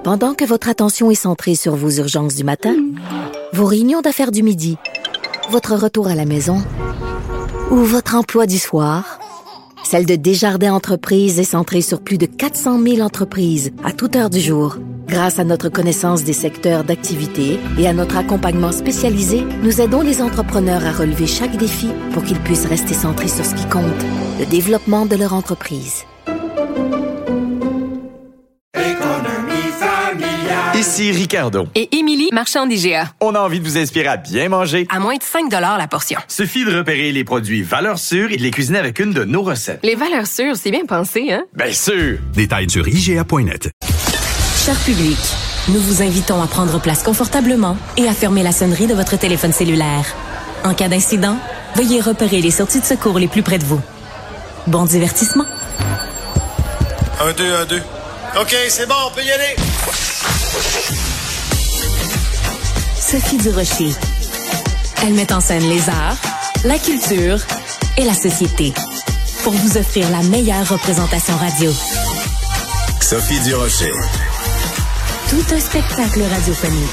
Pendant que votre attention est centrée sur vos urgences du matin, vos réunions d'affaires du midi, votre retour à la maison ou votre emploi du soir, celle de Desjardins Entreprises est centrée sur plus de 400 000 entreprises à toute heure du jour. Grâce à notre connaissance des secteurs d'activité et à notre accompagnement spécialisé, nous aidons les entrepreneurs à relever chaque défi pour qu'ils puissent rester centrés sur ce qui compte, le développement de leur entreprise. Ici Ricardo. Et Émilie, marchand d'IGA. On a envie de vous inspirer à bien manger. À moins de 5 $ la portion. Suffit de repérer les produits valeurs sûres et de les cuisiner avec une de nos recettes. Les valeurs sûres, c'est bien pensé, hein? Bien sûr! Détails sur IGA.net. Cher public, nous vous invitons à prendre place confortablement et à fermer la sonnerie de votre téléphone cellulaire. En cas d'incident, veuillez repérer les sorties de secours les plus près de vous. Bon divertissement. 1, 2, 1, 2. OK, c'est bon, on peut y aller. Sophie Durocher. Elle met en scène les arts, la culture et la société pour vous offrir la meilleure représentation radio. Sophie Durocher. Tout un spectacle radiophonique.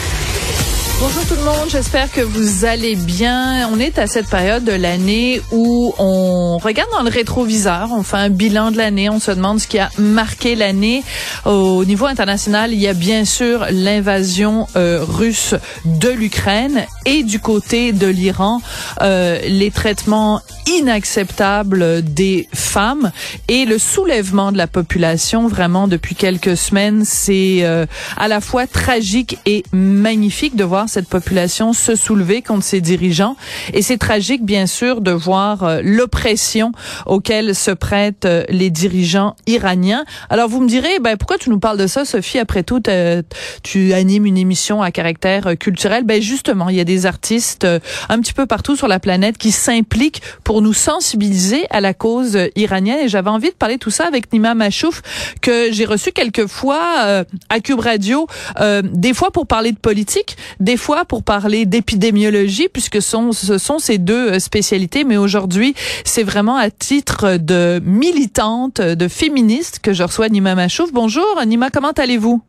Bonjour tout le monde, j'espère que vous allez bien. On est à cette période de l'année où on regarde dans le rétroviseur, on fait un bilan de l'année, on se demande ce qui a marqué l'année. Au niveau international, il y a bien sûr l'invasion russe de l'Ukraine et du côté de l'Iran, les traitements inacceptables des femmes et le soulèvement de la population. Vraiment, depuis quelques semaines, c'est à la fois tragique et magnifique de voir cette population se soulever contre ses dirigeants. Et c'est tragique, bien sûr, de voir l'oppression auquel se prêtent les dirigeants iraniens. Alors, vous me direz, pourquoi tu nous parles de ça, Sophie? Après tout, tu animes une émission à caractère culturel. Justement, il y a des artistes un petit peu partout sur la planète qui s'impliquent pour nous sensibiliser à la cause iranienne. Et j'avais envie de parler de tout ça avec Nima Machouf, que j'ai reçu quelques fois à Cube Radio, des fois pour parler de politique, des fois pour parler d'épidémiologie, puisque ce sont ces deux spécialités. Mais aujourd'hui, c'est vraiment à titre de militante, de féministe que je reçois Nima Machouf. Bonjour, Nima, comment allez-vous?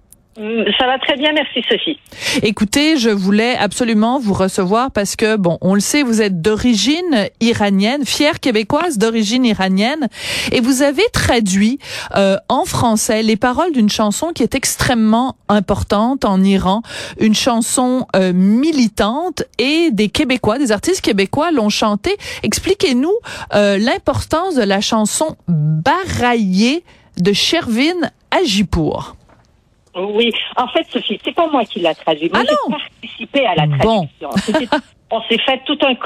Ça va très bien, merci Sophie. Écoutez, je voulais absolument vous recevoir parce que, on le sait, vous êtes d'origine iranienne, fière québécoise d'origine iranienne, et vous avez traduit en français les paroles d'une chanson qui est extrêmement importante en Iran, une chanson militante, et des Québécois, des artistes québécois l'ont chantée. Expliquez-nous l'importance de la chanson Baraillé de Shervin Hajipour. Oui, en fait, Sophie, c'est pas moi qui l'a traduit. Moi, j'ai participé à la traduction. On s'est fait tout un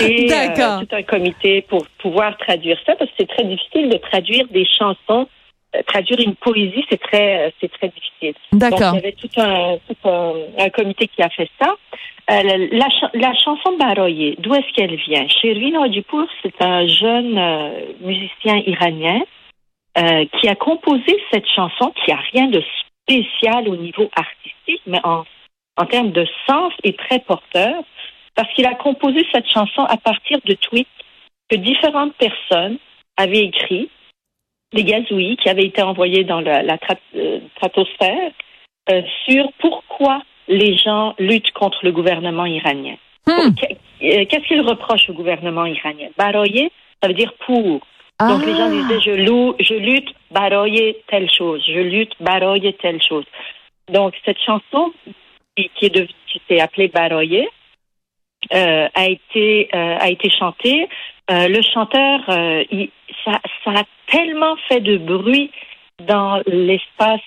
comité, pour pouvoir traduire ça, parce que c'est très difficile de traduire des chansons. Traduire une poésie, c'est très difficile. D'accord. Donc, il y avait tout un comité qui a fait ça. La chanson Baraillé, d'où est-ce qu'elle vient? Shervin Hajipour, c'est un jeune musicien iranien qui a composé cette chanson, qui a rien de spécial au niveau artistique, mais en termes de sens est très porteur, parce qu'il a composé cette chanson à partir de tweets que différentes personnes avaient écrits, des gazouilles qui avaient été envoyés dans la stratosphère, sur pourquoi les gens luttent contre le gouvernement iranien. Qu'est-ce qu'ils reprochent au gouvernement iranien? Baraillé, ça veut dire pour. Donc, les gens disaient, je lutte, baraillé telle chose. Je lutte, baraillé telle chose. Donc, cette chanson, qui s'est appelée Baraillé, a été chantée. Le chanteur, ça a tellement fait de bruit dans l'espace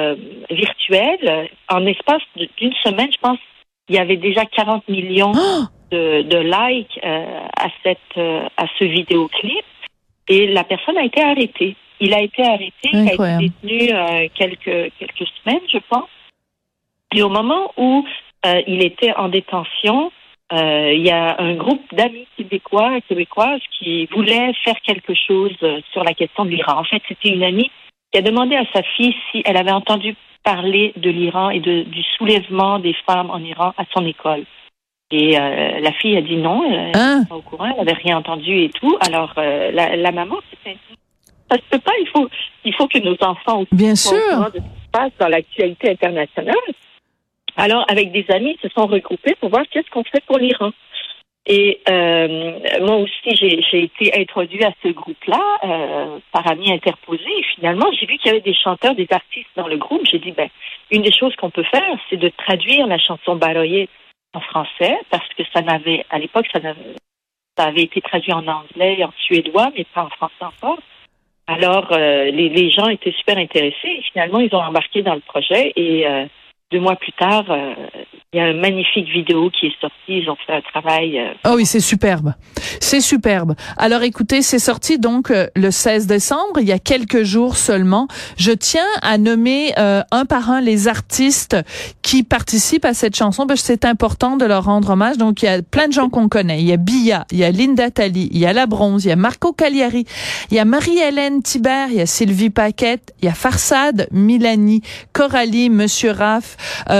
virtuel. En l'espace d'une semaine, je pense, il y avait déjà 40 millions de likes à ce vidéoclip. Et la personne a été arrêtée. Il a été arrêté, Incroyable. il a été détenu quelques semaines, je pense. Et au moment où il était en détention, il y a un groupe d'amis québécois et québécoises qui voulaient faire quelque chose sur la question de l'Iran. En fait, c'était une amie qui a demandé à sa fille si elle avait entendu parler de l'Iran et du soulèvement des femmes en Iran à son école. Et la fille a dit non, elle n'était pas au courant, elle n'avait rien entendu et tout. Alors la maman s'est dit, ça se peut pas, il faut que nos enfants aussi Bien soient au sûr. courant de ce qui se passe dans l'actualité internationale. Alors, avec des amis, ils se sont regroupés pour voir qu'est-ce qu'on fait pour l'Iran. Et moi aussi, j'ai été introduite à ce groupe-là par amis interposés. Et finalement, j'ai vu qu'il y avait des chanteurs, des artistes dans le groupe. J'ai dit, une des choses qu'on peut faire, c'est de traduire la chanson Baroye en français, parce que à l'époque, ça avait été traduit en anglais, en suédois, mais pas en français encore. Alors, les gens étaient super intéressés. Et finalement, ils ont embarqué dans le projet. Et 2 mois plus tard, il y a une magnifique vidéo qui est sortie. Ils ont fait un travail. Oh oui, c'est superbe. C'est superbe. Alors écoutez, c'est sorti donc le 16 décembre, il y a quelques jours seulement. Je tiens à nommer un par un les artistes qui participent à cette chanson, parce que c'est important de leur rendre hommage. Donc il y a plein de gens qu'on connaît. Il y a Bia, il y a Linda Talley, il y a La Bronze, il y a Marco Cagliari, il y a Marie-Hélène Thibert, il y a Sylvie Paquette, il y a Farsad, Milani, Coralie, Monsieur Raff,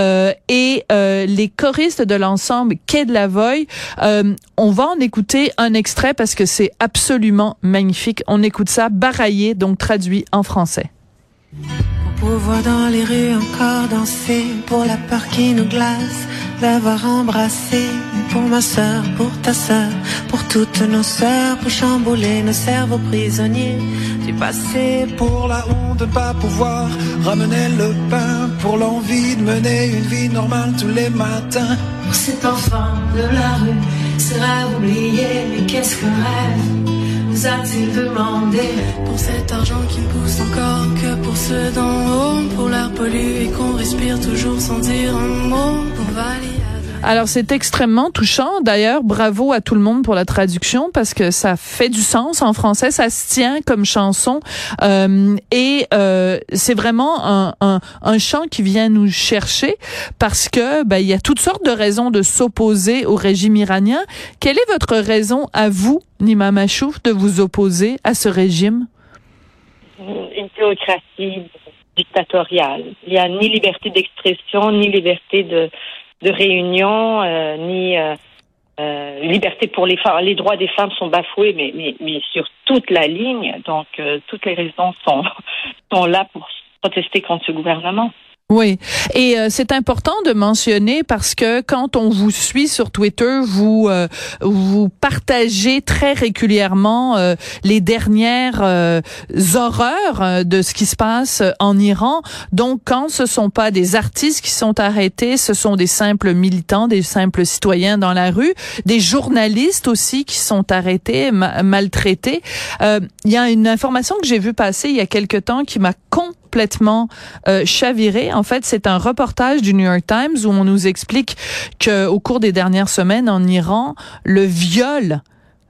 et les choristes de l'ensemble Quai de la Voye. On va en écouter un extrait parce que c'est absolument magnifique. On écoute ça, Baraillé, donc traduit en français. Pour pouvoir dans les rues encore danser, pour la peur qui nous glace, d'avoir embrassé, pour ma sœur, pour ta sœur, pour toutes nos sœurs, pour chambouler nos cerveaux prisonniers du passé, pour la honte de ne pas pouvoir ramener le pain, pour l'envie de mener une vie normale tous les matins, pour cet enfant de la rue, ses rêves oubliés, mais qu'est-ce qu'un rêve nous a-t-il demandé, pour cet argent qui pousse encore que pour ceux d'en haut, pour l'air pollué et qu'on respire toujours sans dire un mot, on va aller. Alors, c'est extrêmement touchant. D'ailleurs, bravo à tout le monde pour la traduction, parce que ça fait du sens en français, ça se tient comme chanson. Et c'est vraiment un chant qui vient nous chercher, parce que il y a toutes sortes de raisons de s'opposer au régime iranien. Quelle est votre raison à vous, Nima Machouf, de vous opposer à ce régime? Une théocratie dictatoriale. Il n'y a ni liberté d'expression, ni liberté de réunion, ni liberté pour les femmes. Les droits des femmes sont bafoués, mais sur toute la ligne. Donc, toutes les raisons sont là pour protester contre ce gouvernement. Oui, et c'est important de mentionner, parce que quand on vous suit sur Twitter, vous partagez très régulièrement les dernières horreurs de ce qui se passe en Iran. Donc, quand ce sont pas des artistes qui sont arrêtés, ce sont des simples militants, des simples citoyens dans la rue, des journalistes aussi qui sont arrêtés, maltraités. Il y a une information que j'ai vue passer il y a quelque temps qui m'a complètement chaviré. En fait, c'est un reportage du New York Times où on nous explique que au cours des dernières semaines en Iran, le viol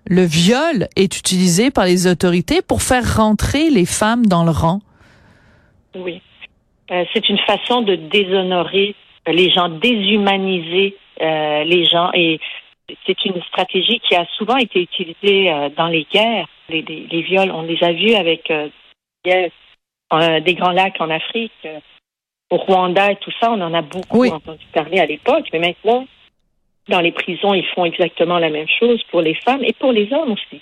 est utilisé par les autorités pour faire rentrer les femmes dans le rang. Oui. C'est une façon de déshonorer les gens, déshumaniser les gens, et c'est une stratégie qui a souvent été utilisée dans les guerres. Les viols, on les a vus avec des Grands Lacs en Afrique, au Rwanda et tout ça, on en a beaucoup entendu parler à l'époque, mais maintenant, dans les prisons, ils font exactement la même chose pour les femmes et pour les hommes aussi.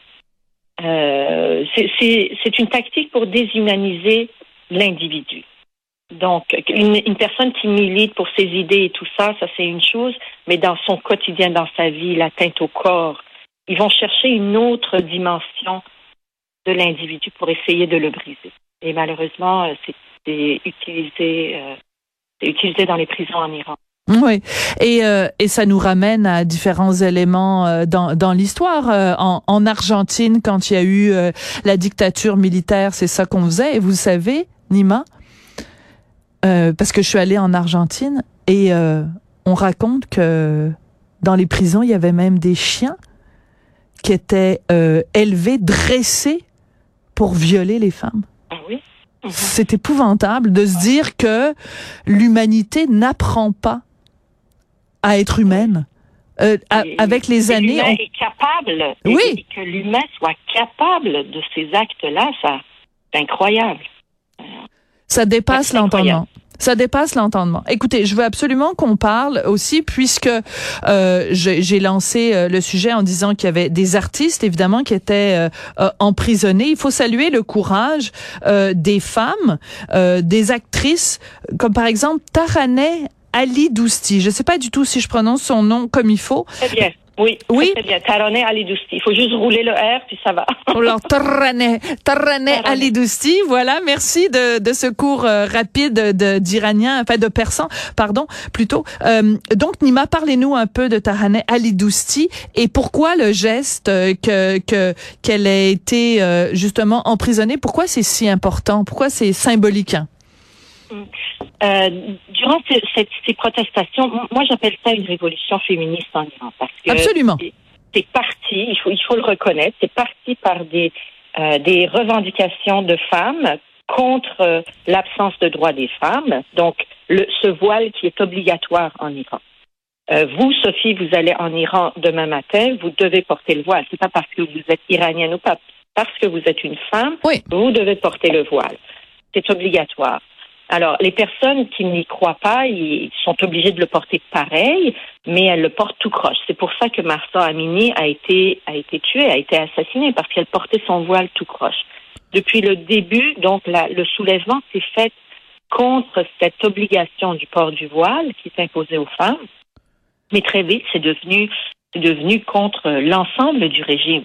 C'est une tactique pour déshumaniser l'individu. Donc, une personne qui milite pour ses idées et tout ça, ça c'est une chose, mais dans son quotidien, dans sa vie, l'atteinte au corps, ils vont chercher une autre dimension de l'individu pour essayer de le briser. Et malheureusement, c'est utilisé dans les prisons en Iran. Oui, et ça nous ramène à différents éléments dans l'histoire. En Argentine, quand il y a eu la dictature militaire, c'est ça qu'on faisait. Et vous savez, Nima, parce que je suis allée en Argentine, et on raconte que dans les prisons, il y avait même des chiens qui étaient élevés, dressés pour violer les femmes. Ah oui? C'est épouvantable de se dire que l'humanité n'apprend pas à être humaine. Avec les années... L'humain est capable. Oui. Et que l'humain soit capable de ces actes-là, ça, c'est incroyable. Ça dépasse l'entendement. Ça dépasse l'entendement. Écoutez, je veux absolument qu'on parle aussi, puisque j'ai lancé le sujet en disant qu'il y avait des artistes, évidemment, qui étaient emprisonnés. Il faut saluer le courage des femmes, des actrices, comme par exemple Taraneh Ali Dousty. Je ne sais pas du tout si je prononce son nom comme il faut. Très bien. Oui, oui. Très bien. Taraneh Ali Dousty. Il faut juste rouler le R, puis ça va. Alors, Taraneh Ali Dousty, voilà. Merci de ce cours rapide d'Iranien, enfin de persan, pardon, plutôt. Donc, Nima, parlez-nous un peu de Taraneh Ali Dousty et pourquoi le geste qu'elle ait été justement emprisonnée, pourquoi c'est si important, pourquoi c'est symbolique? Durant ces protestations, moi j'appelle ça une révolution féministe en Iran parce que absolument. C'est parti, il faut le reconnaître, c'est parti par des revendications de femmes contre l'absence de droits des femmes, donc ce voile qui est obligatoire en Iran. Vous, Sophie, vous allez en Iran demain matin, vous devez porter le voile. C'est pas parce que vous êtes iranienne ou pas, parce que vous êtes une femme, oui. Vous devez porter le voile. C'est obligatoire. Alors, les personnes qui n'y croient pas, ils sont obligées de le porter pareil, mais elles le portent tout croche. C'est pour ça que Mahsa Amini a été tuée, a été assassinée, parce qu'elle portait son voile tout croche. Depuis le début, donc, le soulèvement s'est fait contre cette obligation du port du voile qui est imposée aux femmes. Mais très vite, c'est devenu contre l'ensemble du régime.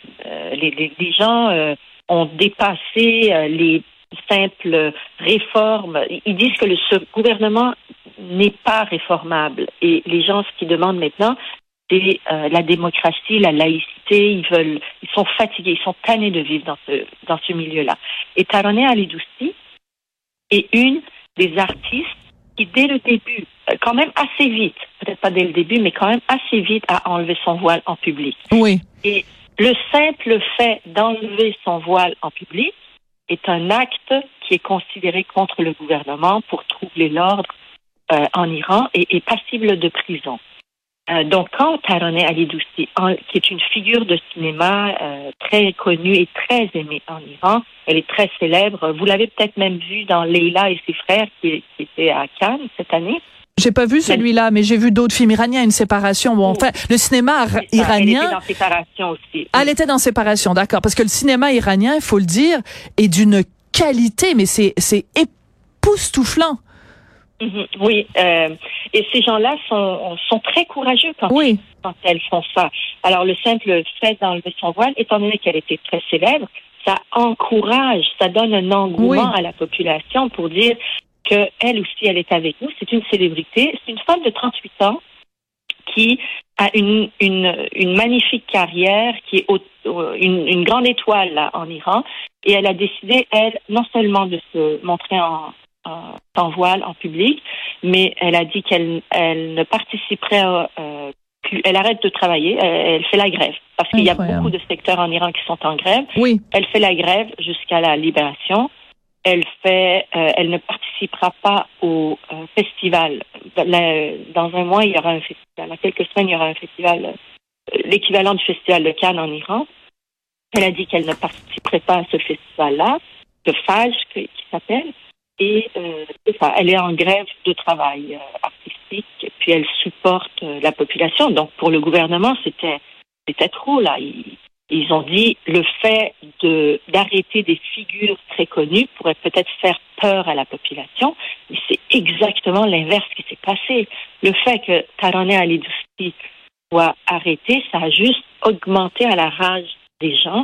Les gens ont dépassé les simples réformes. Ils disent que ce gouvernement n'est pas réformable. Et les gens, ce qu'ils demandent maintenant, c'est la démocratie, la laïcité. Ils sont fatigués, ils sont tannés de vivre dans ce milieu-là. Et Taraneh Ali Dousty est une des artistes qui, dès le début, quand même assez vite, peut-être pas dès le début, mais quand même assez vite, a enlevé son voile en public. Oui. Et le simple fait d'enlever son voile en public est un acte qui est considéré contre le gouvernement pour troubler l'ordre en Iran et est passible de prison. Donc, quand Taraneh Ali Dousty, qui est une figure de cinéma très connue et très aimée en Iran, elle est très célèbre. Vous l'avez peut-être même vue dans Leila et ses frères, qui était à Cannes cette année. J'ai pas vu celui-là, mais j'ai vu d'autres films iraniens, une séparation. Bon, enfin, le cinéma iranien. Elle était dans séparation aussi. Elle était dans séparation, d'accord. Parce que le cinéma iranien, il faut le dire, est d'une qualité, mais c'est époustouflant. Oui, et ces gens-là sont très courageux quand elles font ça. Alors, le simple fait d'enlever son voile, étant donné qu'elle était très célèbre, ça encourage, ça donne un engouement à la population pour dire qu'elle aussi, elle est avec nous. C'est une célébrité. C'est une femme de 38 ans qui a une magnifique carrière, qui est une grande étoile là, en Iran. Et elle a décidé, elle, non seulement de se montrer en voile en public, mais elle a dit qu'elle ne participerait plus. Elle arrête de travailler. Elle fait la grève. Parce qu'il y a beaucoup de secteurs en Iran qui sont en grève. Oui. Elle fait la grève jusqu'à la libération. Elle ne participera pas au festival. Dans un mois, il y aura un festival. Dans quelques semaines, il y aura un festival, l'équivalent du festival de Cannes en Iran. Elle a dit qu'elle ne participerait pas à ce festival-là, de Faj, qui s'appelle. Et c'est ça, elle est en grève de travail artistique, puis elle supporte la population. Donc, pour le gouvernement, c'était trop, là. Ils ont dit le fait d'arrêter des figures très connues pourrait peut-être faire peur à la population, mais c'est exactement l'inverse qui s'est passé. Le fait que Taraneh Ali Dousty soit arrêtée, ça a juste augmenté à la rage des gens.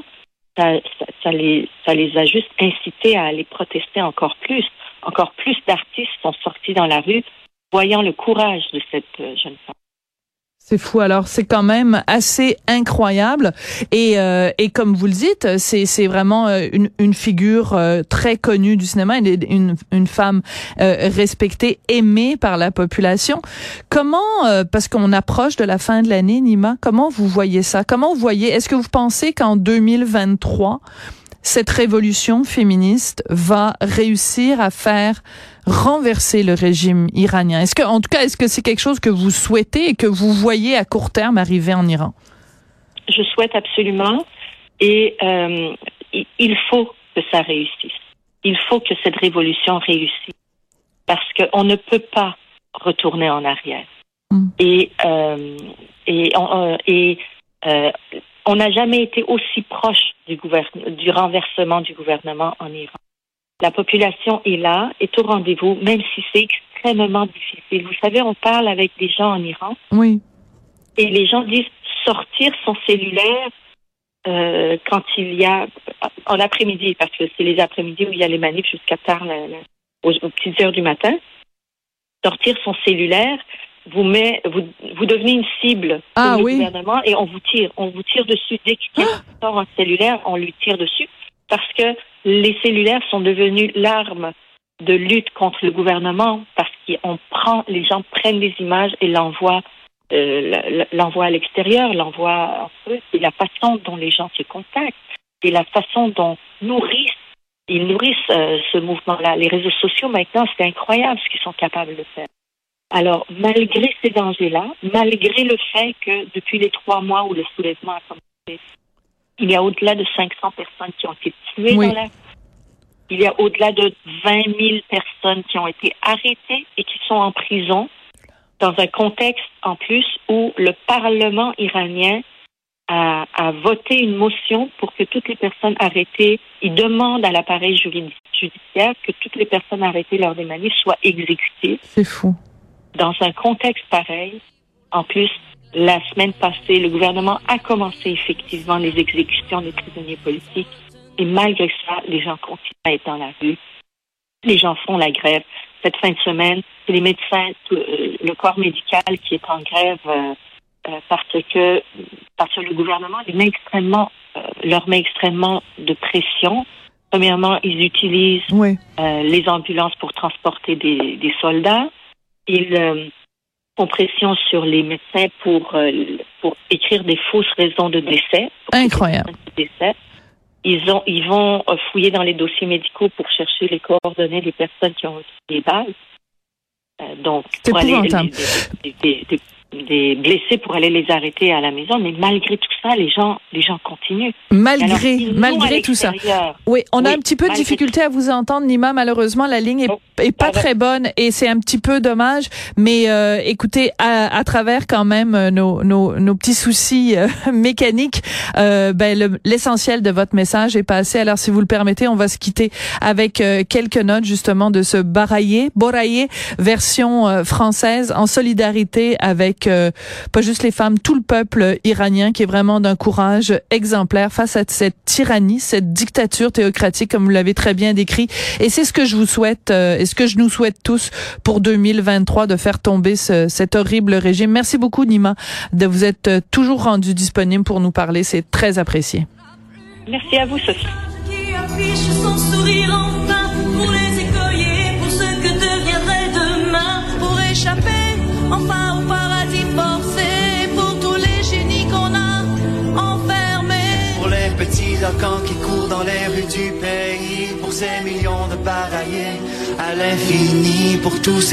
Ça les a juste incités à aller protester encore plus. Encore plus d'artistes sont sortis dans la rue, voyant le courage de cette jeune femme. C'est fou. Alors, c'est quand même assez incroyable. Et comme vous le dites, c'est vraiment une figure très connue du cinéma, une femme respectée, aimée par la population. Comment, parce qu'on approche de la fin de l'année, Nima, comment vous voyez ça? Comment vous voyez, est-ce que vous pensez qu'en 2023, cette révolution féministe va réussir à faire renverser le régime iranien? Est-ce que c'est quelque chose que vous souhaitez et que vous voyez à court terme arriver en Iran? Je souhaite absolument, et il faut que ça réussisse. Il faut que cette révolution réussisse. Parce qu'on ne peut pas retourner en arrière. On n'a jamais été aussi proche du renversement du gouvernement en Iran. La population est là, est au rendez-vous, même si c'est extrêmement difficile. Vous savez, on parle avec des gens en Iran. Oui. Et les gens disent sortir son cellulaire quand il y a en après-midi, parce que c'est les après-midi où il y a les manifs jusqu'à tard, aux petites heures du matin. Sortir son cellulaire vous devenez une cible pour le gouvernement et on vous tire dessus. Dès que quelqu'un sort un cellulaire, on lui tire dessus parce que les cellulaires sont devenus l'arme de lutte contre le gouvernement parce les gens prennent des images et l'envoient à l'extérieur, l'envoient en feu. C'est la façon dont les gens se contactent, c'est la façon dont ils nourrissent ce mouvement-là. Les réseaux sociaux maintenant, c'est incroyable ce qu'ils sont capables de faire. Alors, malgré ces dangers-là, malgré le fait que depuis les 3 mois où le soulèvement a commencé, il y a au-delà de 500 personnes qui ont été tuées dans la rue. Il y a au-delà de 20 000 personnes qui ont été arrêtées et qui sont en prison dans un contexte, en plus, où le Parlement iranien a voté une motion pour que toutes les personnes arrêtées, il demande à l'appareil judiciaire que toutes les personnes arrêtées lors des manifs soient exécutées. C'est fou. Dans un contexte pareil, en plus, la semaine passée, le gouvernement a commencé effectivement les exécutions des prisonniers politiques. Et malgré ça, les gens continuent à être dans la rue. Les gens font la grève. Cette fin de semaine, c'est les médecins, le corps médical qui est en grève parce que le gouvernement leur met extrêmement de pression. Premièrement, ils utilisent les ambulances pour transporter des soldats. Ils font pression sur les médecins pour écrire des fausses raisons de décès. Incroyable. Ils vont fouiller dans les dossiers médicaux pour chercher les coordonnées des personnes qui ont reçu des balles. Donc, c'est épouvantable. Des blessés pour aller les arrêter à la maison, mais malgré tout ça, les gens continuent. Malgré tout ça. Oui, on a un petit peu de difficulté à vous entendre, Nima. Malheureusement, la ligne est pas très bonne et c'est un petit peu dommage. Mais écoutez, à travers quand même nos petits soucis mécaniques, l'essentiel de votre message est passé. Alors, si vous le permettez, on va se quitter avec quelques notes justement de ce Boraye version française en solidarité avec pas juste les femmes, tout le peuple iranien qui est vraiment d'un courage exemplaire face à cette tyrannie, cette dictature théocratique comme vous l'avez très bien décrit. Et c'est ce que je vous souhaite et ce que je nous souhaite tous pour 2023 de faire tomber cet horrible régime. Merci beaucoup Nima de vous être toujours rendu disponible pour nous parler. C'est très apprécié. Merci à vous Sophie. Qui affiche son sourire enfin pour les écoliers, pour ce que deviendrait demain, pour échapper enfin au paradis forcé, pour tous les génies qu'on a enfermés, pour les petits enfants qui courent dans les rues du pays, pour ces millions de baraillés à l'infini, pour tous